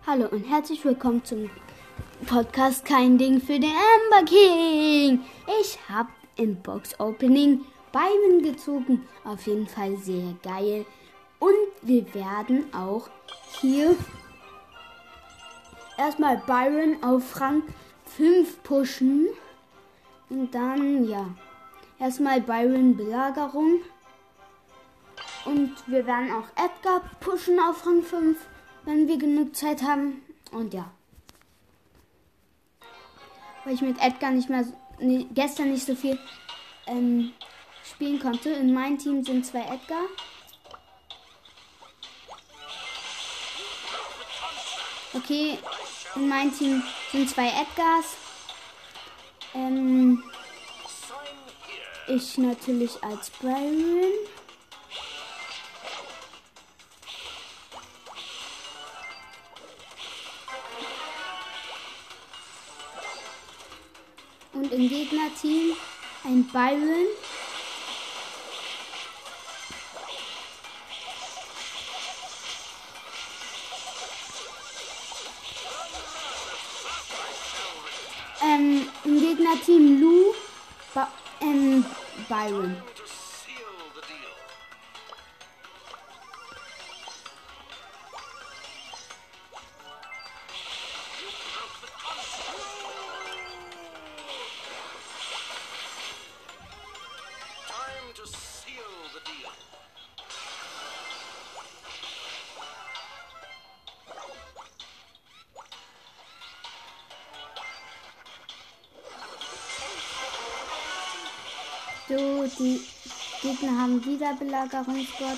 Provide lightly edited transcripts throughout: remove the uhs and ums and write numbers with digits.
Hallo und herzlich willkommen zum Podcast Kein Ding für den Amber King. Ich habe im Box Opening Byron gezogen. Auf jeden Fall sehr geil. Und wir werden auch hier erstmal Byron auf Rang 5 pushen. Und dann, ja, erstmal Byron Belagerung. Und wir werden auch Edgar pushen auf Rang 5, wenn wir genug Zeit haben. Und ja. Weil ich mit Edgar gestern nicht so viel spielen konnte. In meinem Team sind 2 Edgar. Okay, in meinem Team sind 2 Edgars. Ich natürlich als Byron. Und im Gegnerteam ein Byron. Im Gegnerteam Lou, Byron. So, die Gegner haben wieder Belagerungsgott.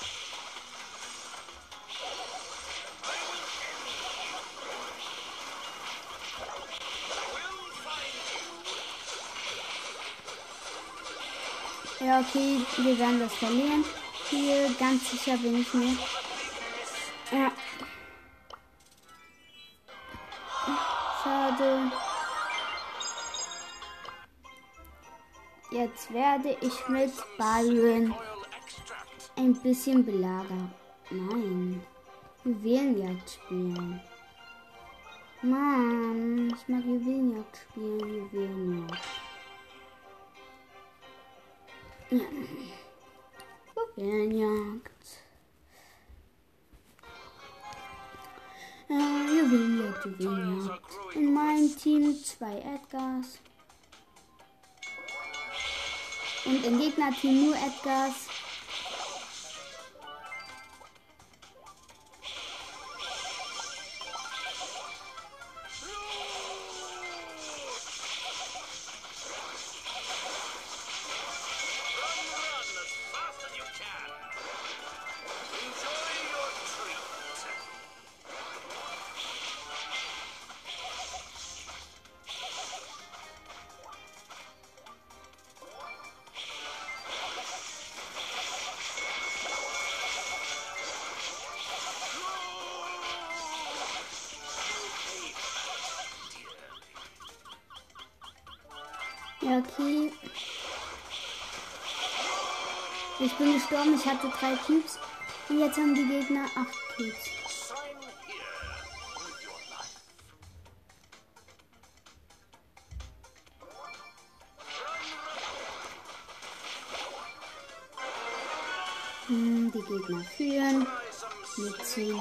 Ja, okay, wir werden das verlieren. Hier, ganz sicher bin ich mir. Ja. Schade. Jetzt werde ich mit Byron ein bisschen belagern. Nein, Juwelenjagd spielen. Mann, ich mag Juwelenjagd spielen. Juwelenjagd. Juwelenjagd. In meinem Team 2 Edgars. Und im Gegnerteam nur Edgars. Ja, okay. Ich bin gestorben, ich hatte 3 Cubes. Und jetzt haben die Gegner 8 Cubes. Die Gegner führen mit 10.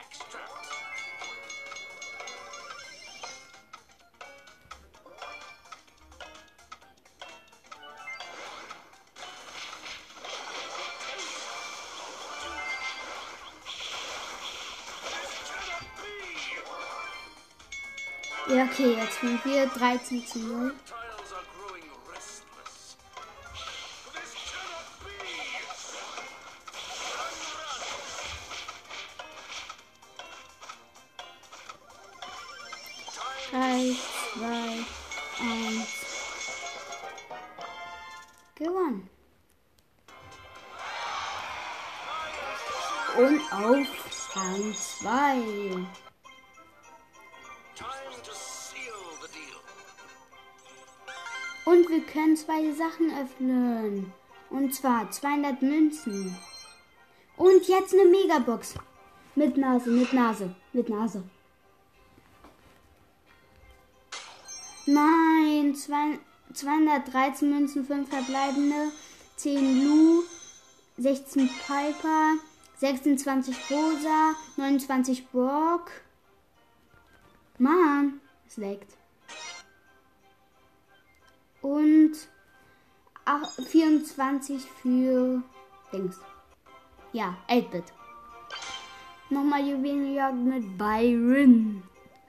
Ja, okay, jetzt sind wir 13:0. Drei, 2, 1. Gewonnen. Und auf Rang 2. Und wir können 2 Sachen öffnen. Und zwar 200 Münzen. Und jetzt eine Megabox. Mit Nase. Nein, 213 Münzen, 5 verbleibende, 10 Lu, 16 Piper, 26 Rosa, 29 Brock. Mann, es leckt. Und 24 für Dings. Ja, 8-Bit. Nochmal Juwelenjagd mit Byron.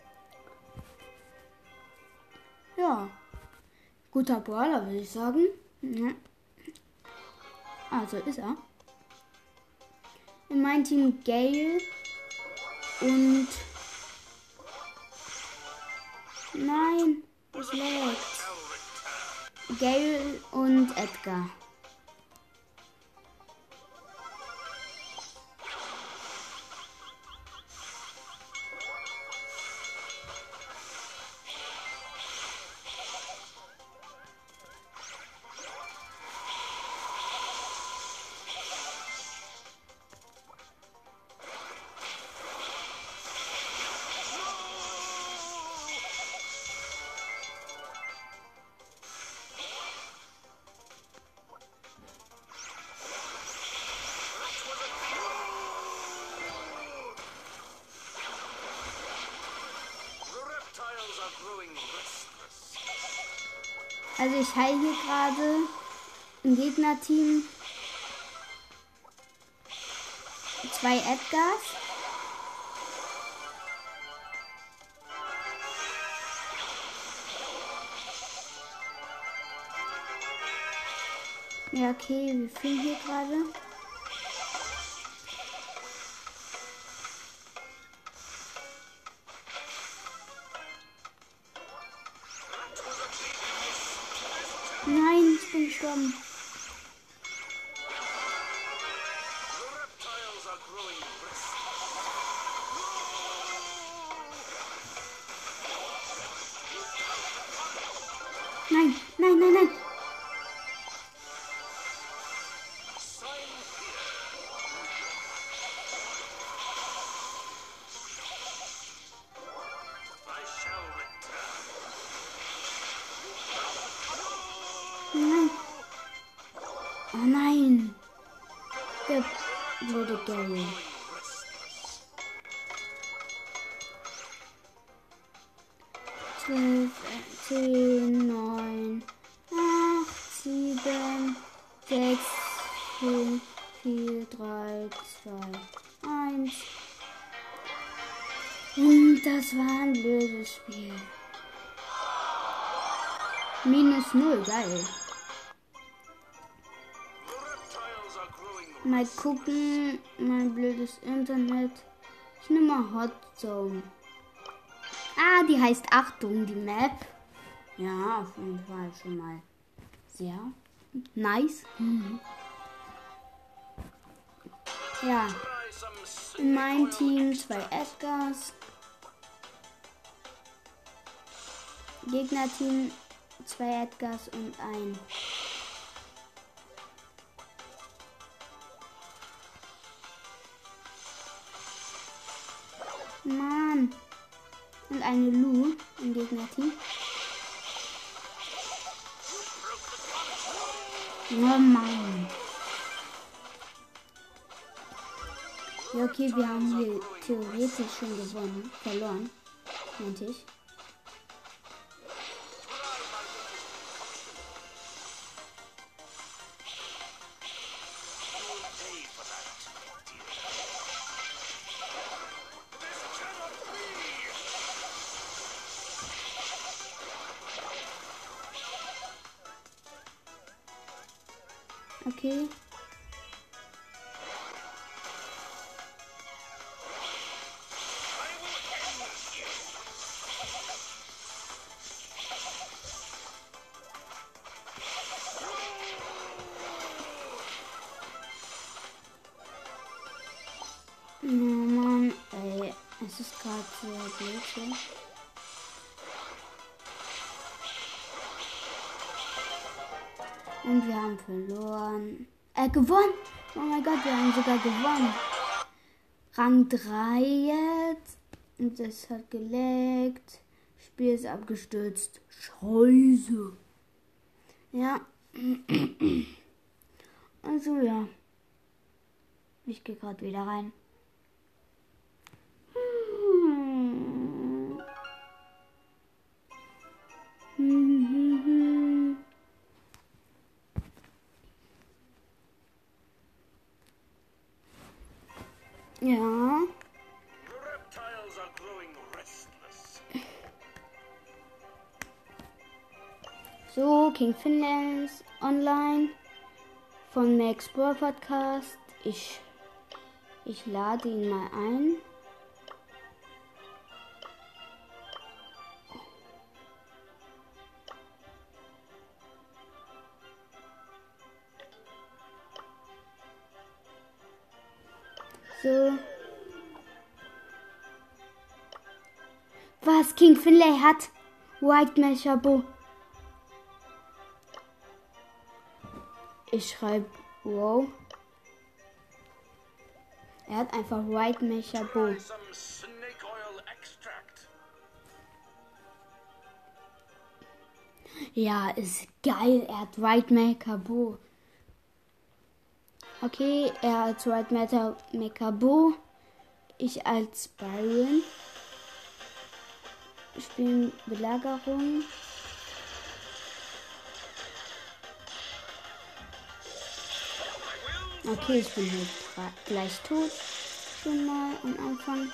Ja. Guter Brawler, würde ich sagen. Ja. Also ist er. In meinem Team Gale und... Nein, es leckt. Gale und Edgar. Also ich heile hier gerade im Gegnerteam 2 Edgars. Ja, okay, wir fühlen hier gerade. Nein, ich bin gestorben. Nein, nein, nein, nein. Nein. Oh nein. Der blöde Gary. Zwölf, 10, 9, 8, 7, 6, 5, 4, 3, 2, 1. Und das war ein blödes Spiel. -0, geil. Mal gucken, mein blödes Internet. Ich nehme mal Hot Zone. Ah, die heißt Achtung, die Map. Ja, auf jeden Fall schon mal sehr nice. Ja, in meinem Team 2 Edgars. Gegnerteam 2 Edgars und ein Mann. Und eine Lu im Gegnerteam. Oh Mann. Ja, okay, wir haben hier theoretisch schon gewonnen. Verloren, meinte ich. Okay. Oh Mann, ey, es ist gerade sehr blöd hier. Und wir haben verloren. Gewonnen! Oh mein Gott, wir haben sogar gewonnen. Rang 3 jetzt. Und das hat geleckt. Spiel ist abgestürzt. Scheiße. Ja. Also ja. Ich gehe gerade wieder rein. Ja. So, King Finlands online von Max Brawl Podcast. Ich lade ihn mal ein. So. Was King Finlay hat? White Mechabo. Ich schreibe wow. Er hat einfach White Mechabo. Ja, ist geil. Er hat White Mechabo. Okay, er als White Mechabo. Ich als Byron. Spielen Belagerung. Okay, ich bin halt gleich tot. Schon mal am Anfang.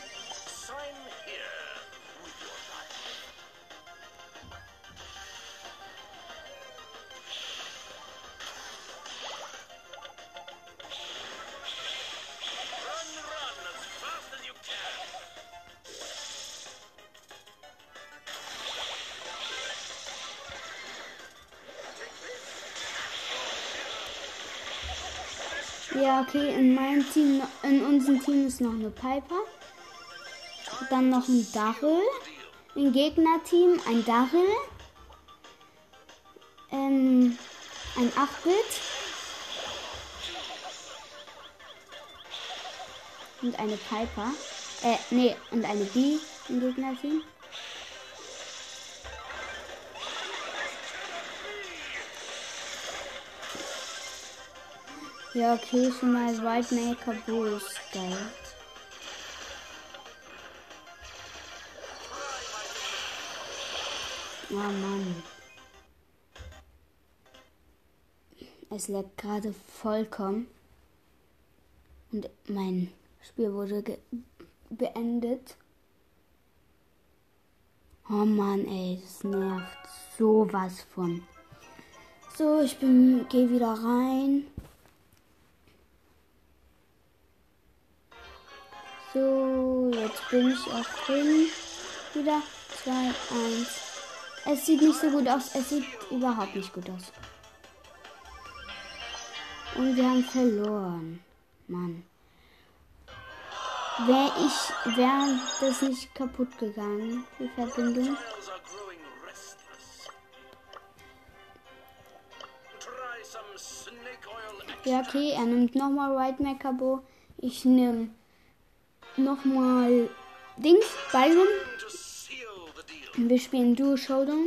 Ja, okay, in meinem Team, in unserem Team ist noch eine Piper. Dann noch ein Daryl. Im Gegnerteam ein Daryl. Ein 8-Bit. Und eine Piper. Und eine B im Gegnerteam. Ja, okay, schon mal White Mechabo ist geil. Oh Mann. Es lag gerade vollkommen. Und mein Spiel wurde beendet. Oh Mann, ey, das nervt sowas von. So, gehe wieder rein. So, jetzt bin ich auch drin. Wieder 2, 1. Es sieht nicht so gut aus. Es sieht überhaupt nicht gut aus. Und wir haben verloren. Mann. Wäre das nicht kaputt gegangen, die Verbindung. Ja, okay, er nimmt nochmal White Mechabo. Ich nehme nochmal Dings, Byron. Wir spielen Duo Showdown.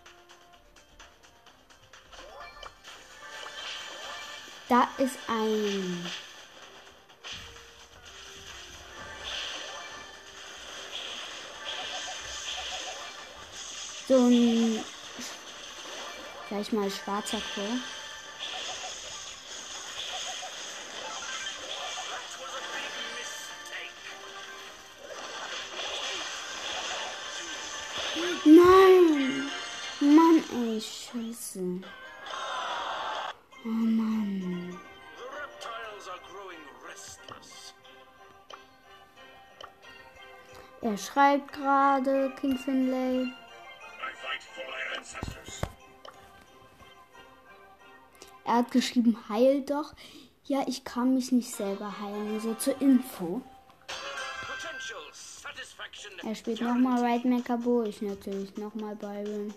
Da ist so ein, sag ich mal, schwarzer Crow. Nein! Mann, ey, scheiße. Oh Mann. Er schreibt gerade, King Finlay. Er hat geschrieben, heil doch. Ja, ich kann mich nicht selber heilen, so zur Info. Er spielt nochmal White Mechabo, ich natürlich nochmal Byron.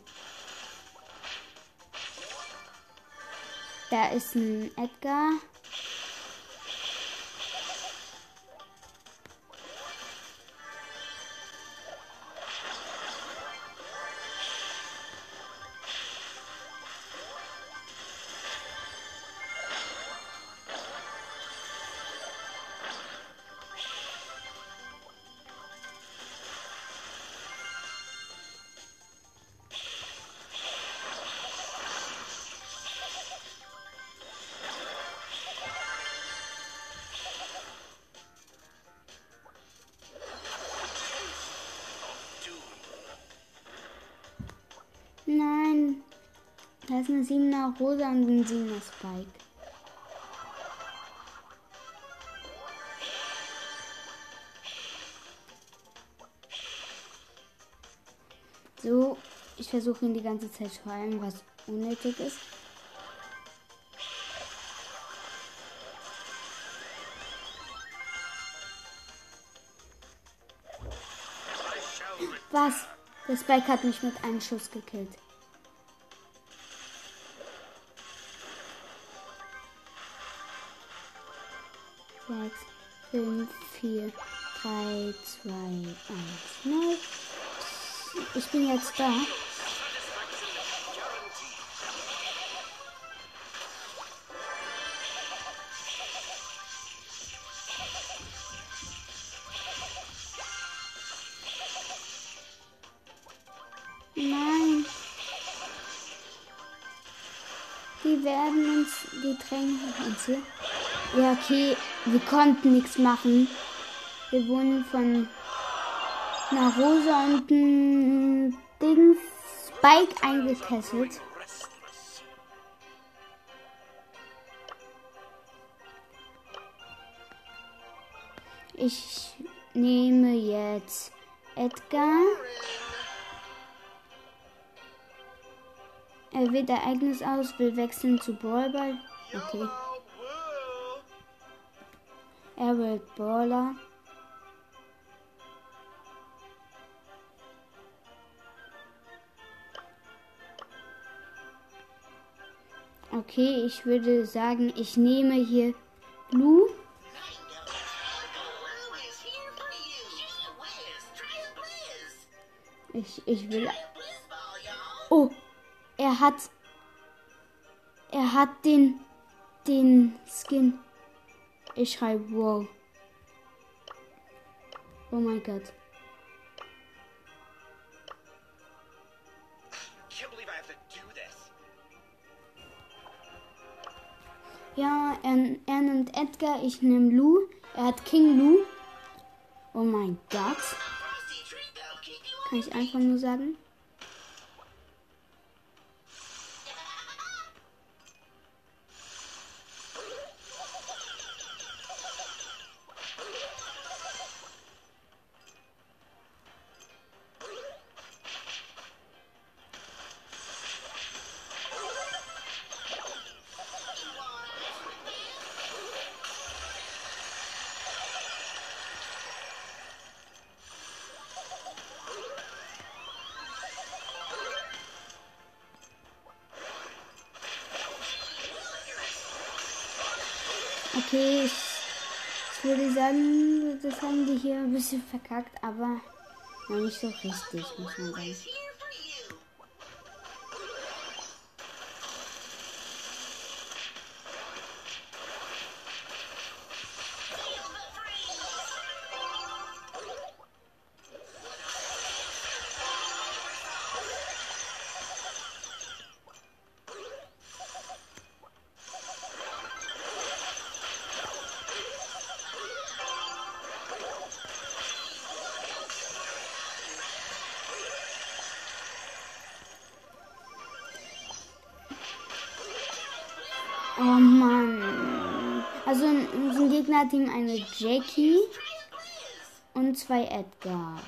Da ist ein Edgar. Da ist eine 7er Rosa und ein 7er Spike. So, ich versuche ihn die ganze Zeit zu schreiben, was unnötig ist. Was? Der Spike hat mich mit einem Schuss gekillt. Sechs, 5, 4, 3, 2, 1, 0. Ich bin jetzt da. Nein. Die werden uns, die drängen uns hier. Ja, okay, wir konnten nichts machen. Wir wurden von einer Rosa und ein Ding Spike eingekesselt. Ich nehme jetzt Edgar. Er wählt Ereignis aus, will wechseln zu Brawlball. Okay. Er wählt Brawler. Okay, ich würde sagen, ich nehme hier Lu. Ich will... Oh, er hat den Skin. Ich schreibe wow. Oh mein Gott. Ja, er nimmt Edgar, ich nehme Lu. Er hat King Lu. Oh mein Gott. Kann ich einfach nur sagen. Okay, ich würde sagen, das haben die hier ein bisschen verkackt, aber noch nicht so richtig, muss man sagen. Oh Mann. Also in unserem Gegnerteam eine Jackie und 2 Edgars.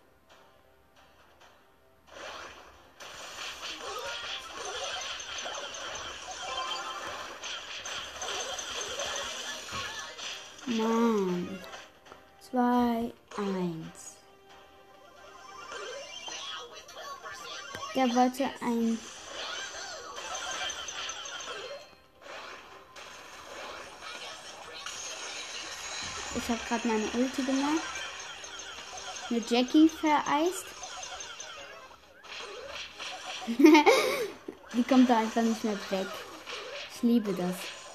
Mann. 2, 1. Der wollte ein... Ich habe gerade meine Ulti gemacht. Eine Jackie vereist. Die kommt da einfach nicht mehr weg. Ich liebe das.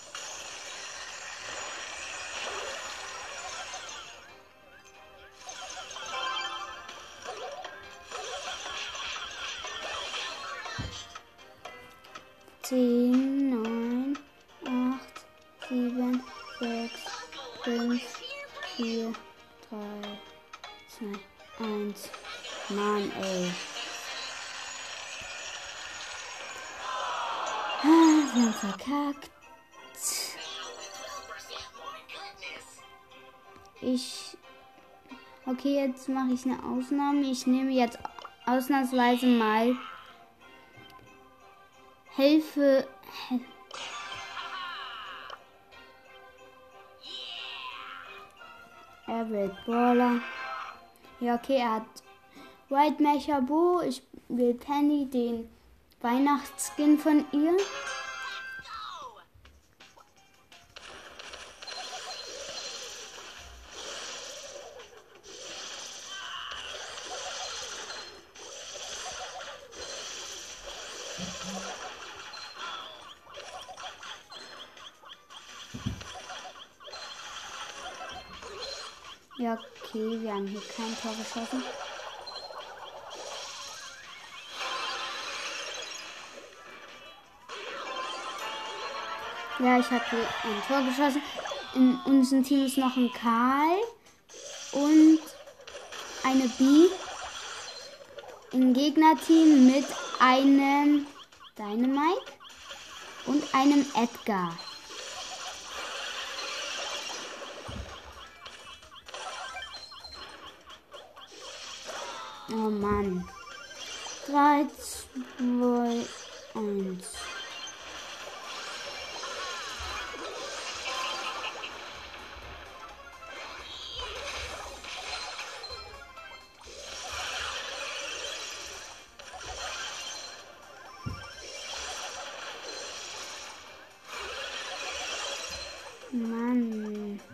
Zehn, 9, 8, 7, 6, 5, 4, 3, 2, 1. Mann, ey. Wir haben verkackt. Okay, jetzt mache ich eine Ausnahme. Ich nehme jetzt ausnahmsweise mal Hilfe. Er will Brawler. Ja, okay, er hat White Mecha Bo. Ich will Penny, den Weihnachtsskin von ihr. Ja, okay, wir haben hier kein Tor geschossen. Ja, ich habe hier ein Tor geschossen. In unserem Team ist noch ein Karl und eine B. Im Gegnerteam mit einem Dynamite und einem Edgar. Oh Mann. 3, 2, 1. Mann.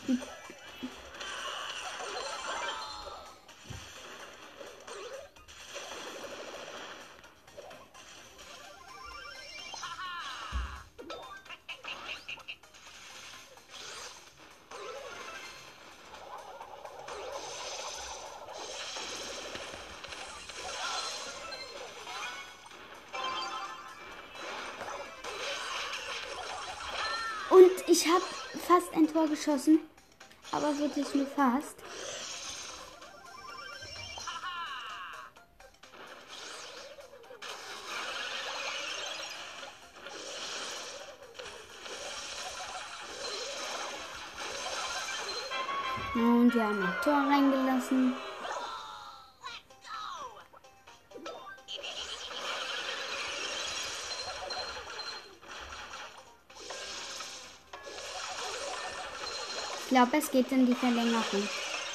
Und ich habe fast ein Tor geschossen, aber wirklich nur fast. Und wir haben ein Tor reingelassen. Ich glaube, es geht in die Verlängerung.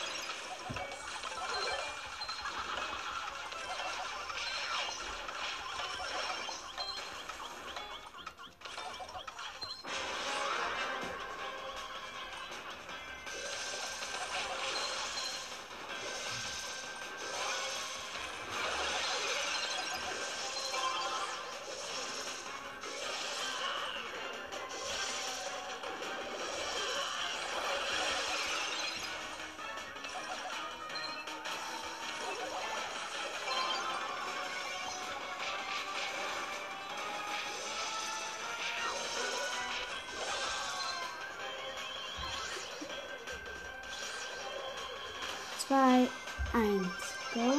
Zwei, 1, go.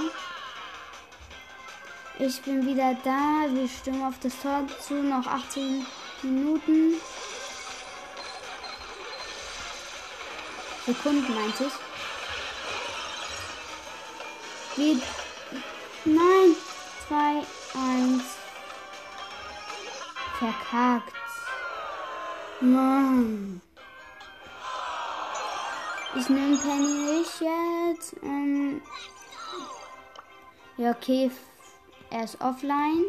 Ich bin wieder da. Wir stimmen auf das Tor zu. Noch 18 Minuten. Sekunden, meinte ich. Geht. Nein. 2, 1. Verkackt. Mann. Ich nehme Penny nicht jetzt. Ja, okay. Er ist offline.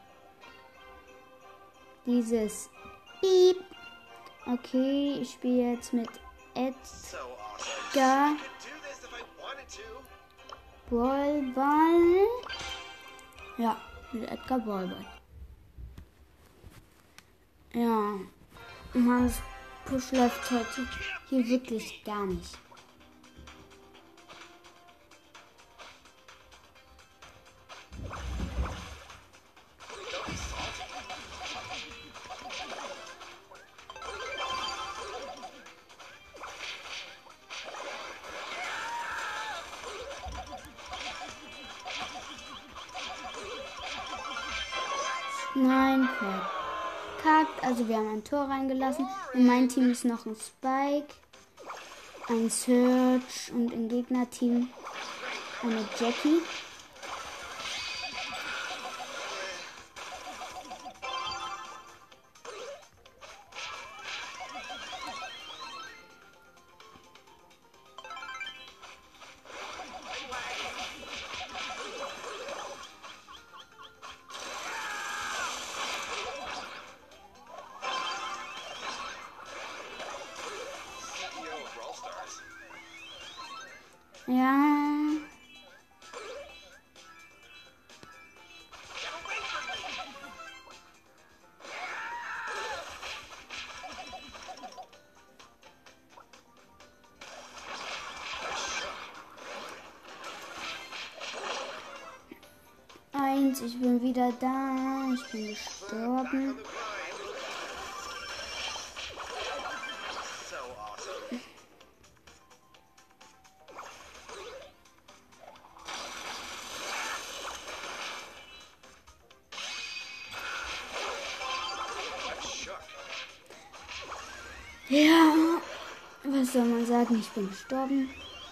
Dieses Piep. Okay, ich spiele jetzt mit Edgar. Ballball. Ja, mit Edgar Ballball. Ja. Mann, das Push läuft heute hier wirklich gar nicht. Nein, verkackt. Also wir haben ein Tor reingelassen. In meinem Team ist noch ein Spike, ein Search und im Gegnerteam eine Jackie. Ja. Ich bin wieder da. Ich bin gestorben. Ja, was soll man sagen? Ich bin gestorben.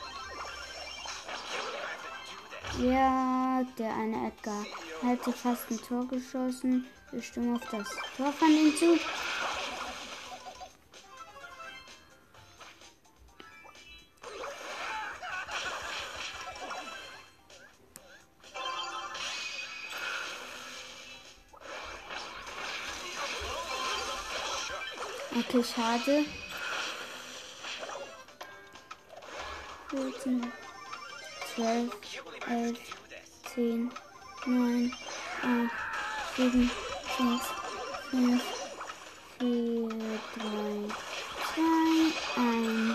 Ja, der eine Edgar hätte fast ein Tor geschossen. Wir stimmen auf das Tor von ihm zu. Okay, schade. 14, 12, 11, 10, 9, 8, 7, 6, 5, 4, 3, 2, 1.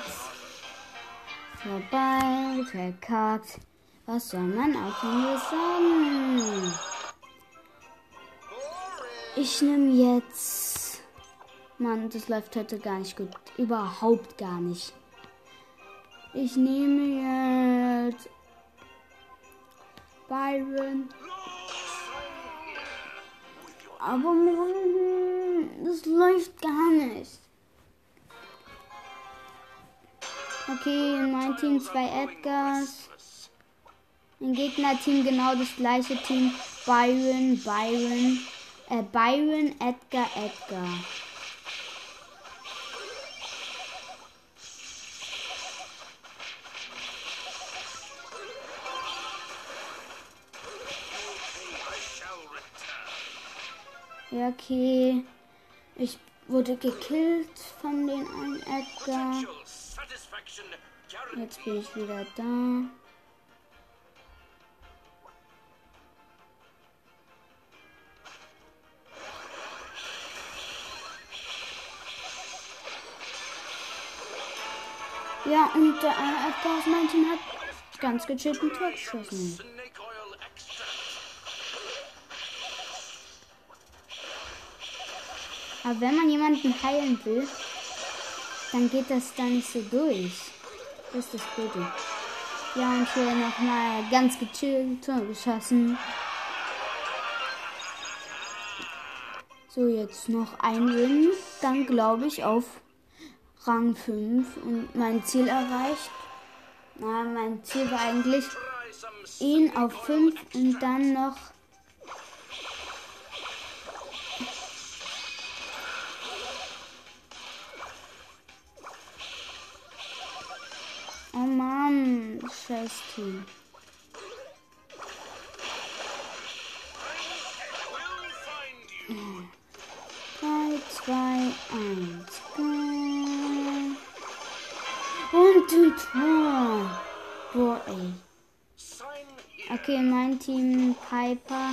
Vorbei, verkackt. Was soll man auch nur sagen? Ich nehme jetzt... Mann, das läuft heute gar nicht gut. Überhaupt gar nicht. Ich nehme jetzt... Byron. Aber das läuft gar nicht. Okay, in meinem Team 2 Edgars. Im Gegnerteam genau das gleiche Team. Byron, Edgar. Ja, okay. Ich wurde gekillt von den einen Edgar. Jetzt bin ich wieder da. Ja, und der eine Edgar aus meinem Team hat ganz gechillt ein Tor geschossen. Aber wenn man jemanden heilen will, dann geht das da nicht so durch. Das ist das Gute. Ja, und hier nochmal ganz gechillt Tor geschossen. So, jetzt noch ein Win. Dann glaube ich auf Rang 5 und mein Ziel erreicht. Na, mein Ziel war eigentlich ihn auf 5 und dann noch oh Mann, scheiß Team. Drei, 2, 1, go. Und ein Tor. Boah, ey. Okay, mein Team Piper.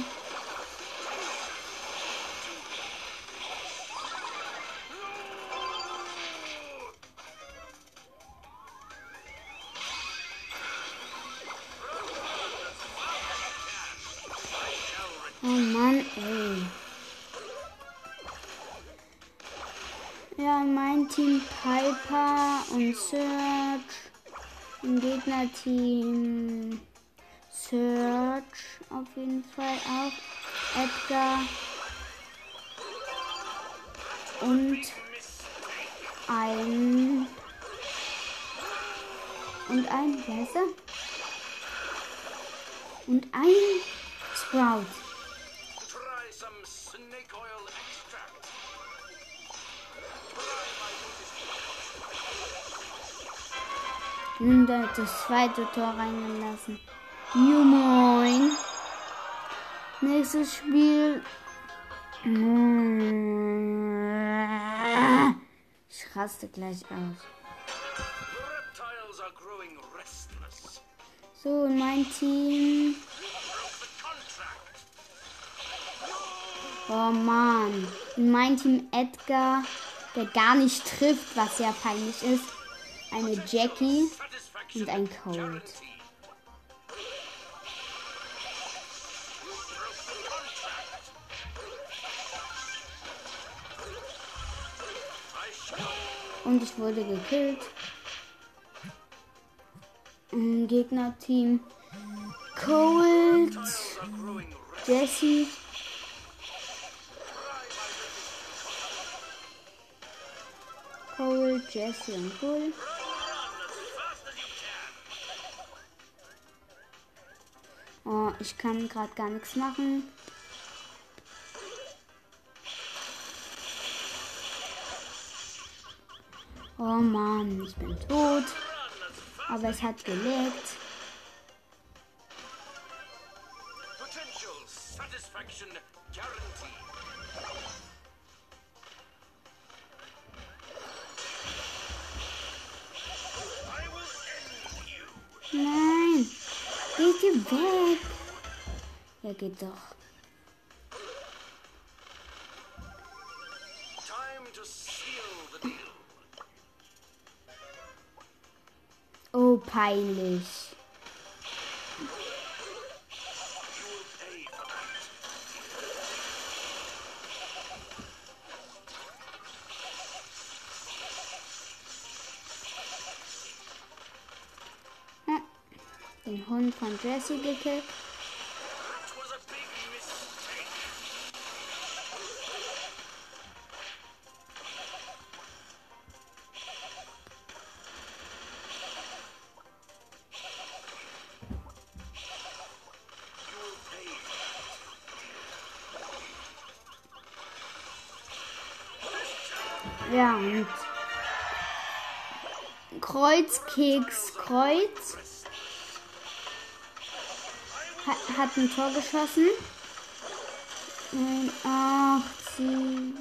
Oh Mann, ey. Ja, mein Team Piper und Search. Im Gegnerteam Search auf jeden Fall auch. Edgar. und wie heißt er? Und ein Sprout. Und da hat das zweite Tor reingelassen. Moin. Nächstes Spiel. Ich raste gleich aus. So, mein Team. Oh Mann. Mein Team Edgar, der gar nicht trifft, was sehr peinlich ist. Eine Jackie und ein Colt. Und ich wurde gekillt. Gegnerteam Colt, Jesse, Jesse und Bull. Oh, ich kann gerade gar nichts machen. Oh Mann, ich bin tot. Aber es hat gelegt. Nein, geht ihr weg? Ja, geht doch. Oh, peinlich. Den Hund von Jesse gekillt. Ja, und Kreuz. Hat ein Tor geschossen. 89.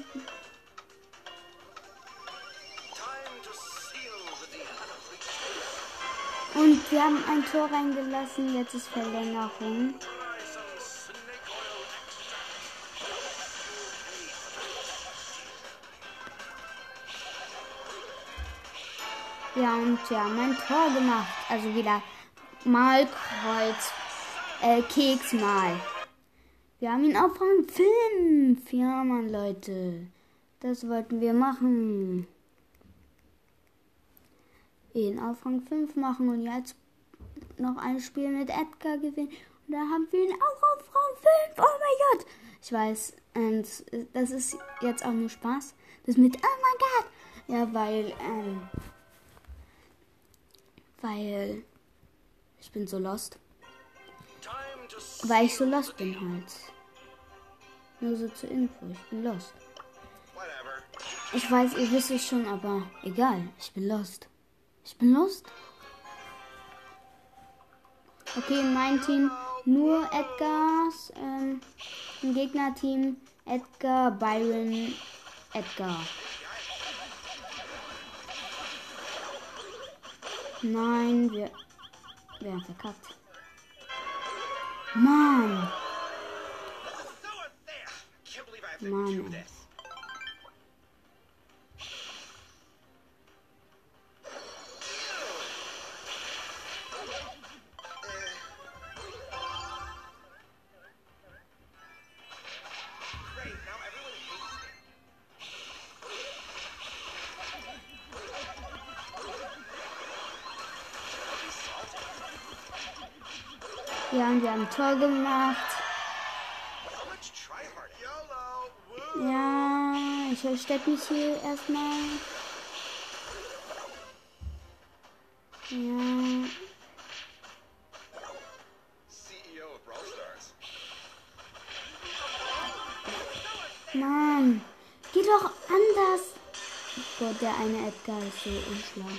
Und wir haben ein Tor reingelassen. Jetzt ist Verlängerung. Ja, und wir haben ein Tor gemacht. Also wieder mal Kreuz. Keks mal. Wir haben ihn auf Rang 5. Ja, Mann, Leute. Das wollten wir machen. Ihn auf Rang 5 machen und jetzt noch ein Spiel mit Edgar gewinnen. Und da haben wir ihn auch auf Rang 5. Oh mein Gott. Ich weiß, und das ist jetzt auch nur Spaß. Das mit, oh mein Gott. Ja, weil ich bin so lost. Weil ich so lost bin halt. Nur so zur Info, ich bin lost. Ich weiß, ihr wisst es schon, aber egal, ich bin lost. Ich bin lost. Okay, mein Team nur Edgars. Im Gegnerteam Edgar, Byron, Edgar. Nein, wir haben verkackt. Mann. Mann. Ja, und wir haben ein Tor gemacht. Ja, Ich verstecke mich hier erstmal. Ja. Mann, geht doch anders. Gott, der eine Edgar ist so unschlau.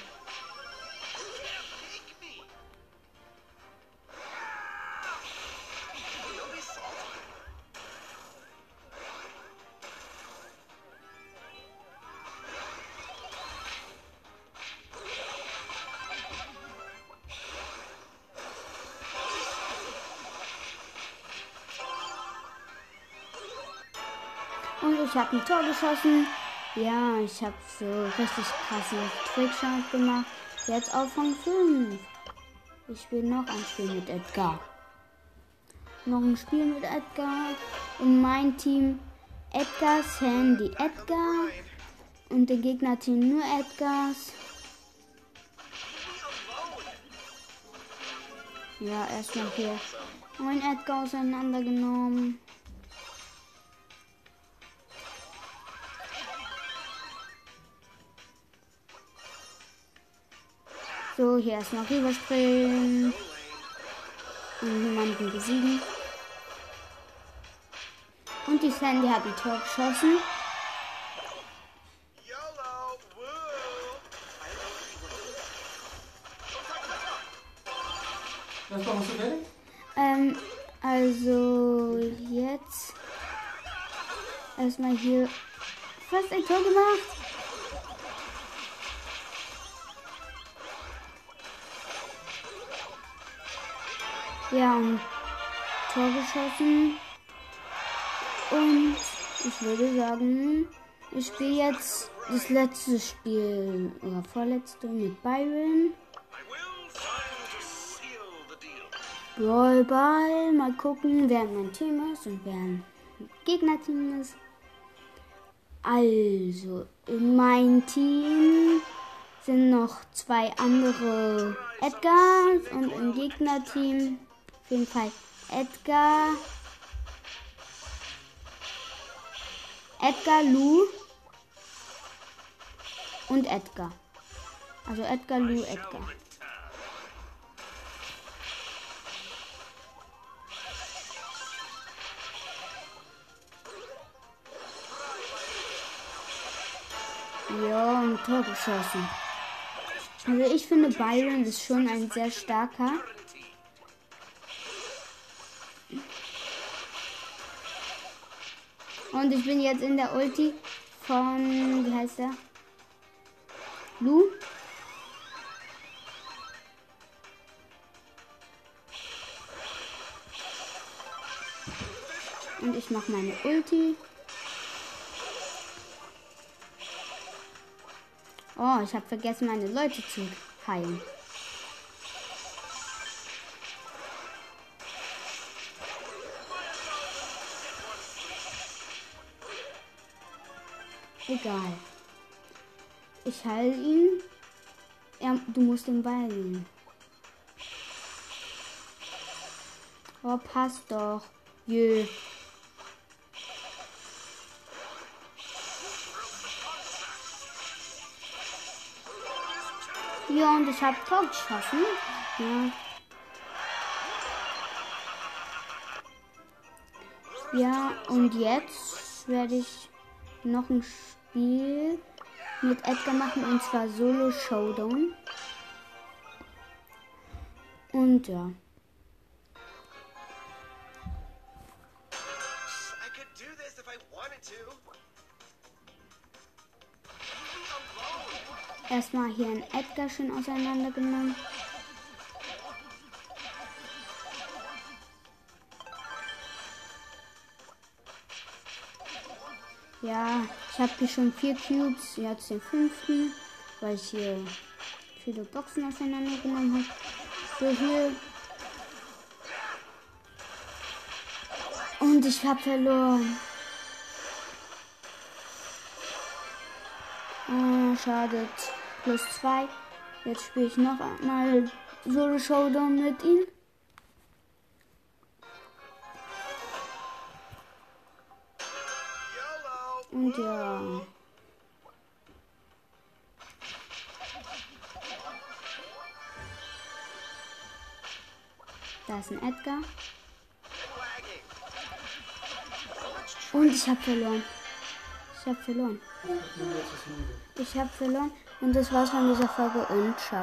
Und ich habe ein Tor geschossen. Ja, ich habe so richtig krassen Trickshot gemacht. Jetzt auf Rang 5. Ich spiele noch ein Spiel mit Edgar. Noch ein Spiel mit Edgar. Und mein Team Edgars, Handy Edgar. Und der Gegnerteam nur Edgars. Ja, erstmal hier mein Edgar auseinandergenommen. So, hier erstmal rüberspringen. Und jemanden besiegen. Und die Sandy hat ein Tor geschossen. Also jetzt erstmal hier fast ein Tor gemacht. Ja, und Tor geschossen. Und ich würde sagen, ich spiele jetzt das letzte Spiel oder vorletzte mit Byron. Ball. Mal gucken, wer mein Team ist und wer ein Gegnerteam ist. Also, in meinem Team sind noch 2 andere Edgars und im Gegnerteam auf jeden Fall Edgar, Lou und Edgar. Also Edgar, Lou, Edgar. Ja, ein Tor geschossen. Also ich finde, Byron ist schon ein sehr starker. Und ich bin jetzt in der Ulti von, wie heißt der? Lou. Und ich mache meine Ulti. Oh, ich habe vergessen, meine Leute zu heilen. Egal. Ich heile ihn. Ja, du musst den Ball nehmen. Oh, passt doch. Jö. Ja, und ich habe Tor geschossen. Ja. Ja, und jetzt werde ich noch ein Spiel mit Edgar machen, und zwar Solo Showdown. Und ja. Erstmal hier ein Edgar schön auseinandergenommen. Ja, ich habe hier schon 4 Cubes, jetzt den 5., weil ich hier viele Boxen auseinandergenommen habe. So hier. Und ich habe verloren. Oh, schade. +2. Jetzt spiele ich noch einmal Solo Showdown mit ihm. Und ja. Da ist ein Edgar. Und ich habe verloren. Ich habe verloren. Und das war's von dieser Folge und ciao.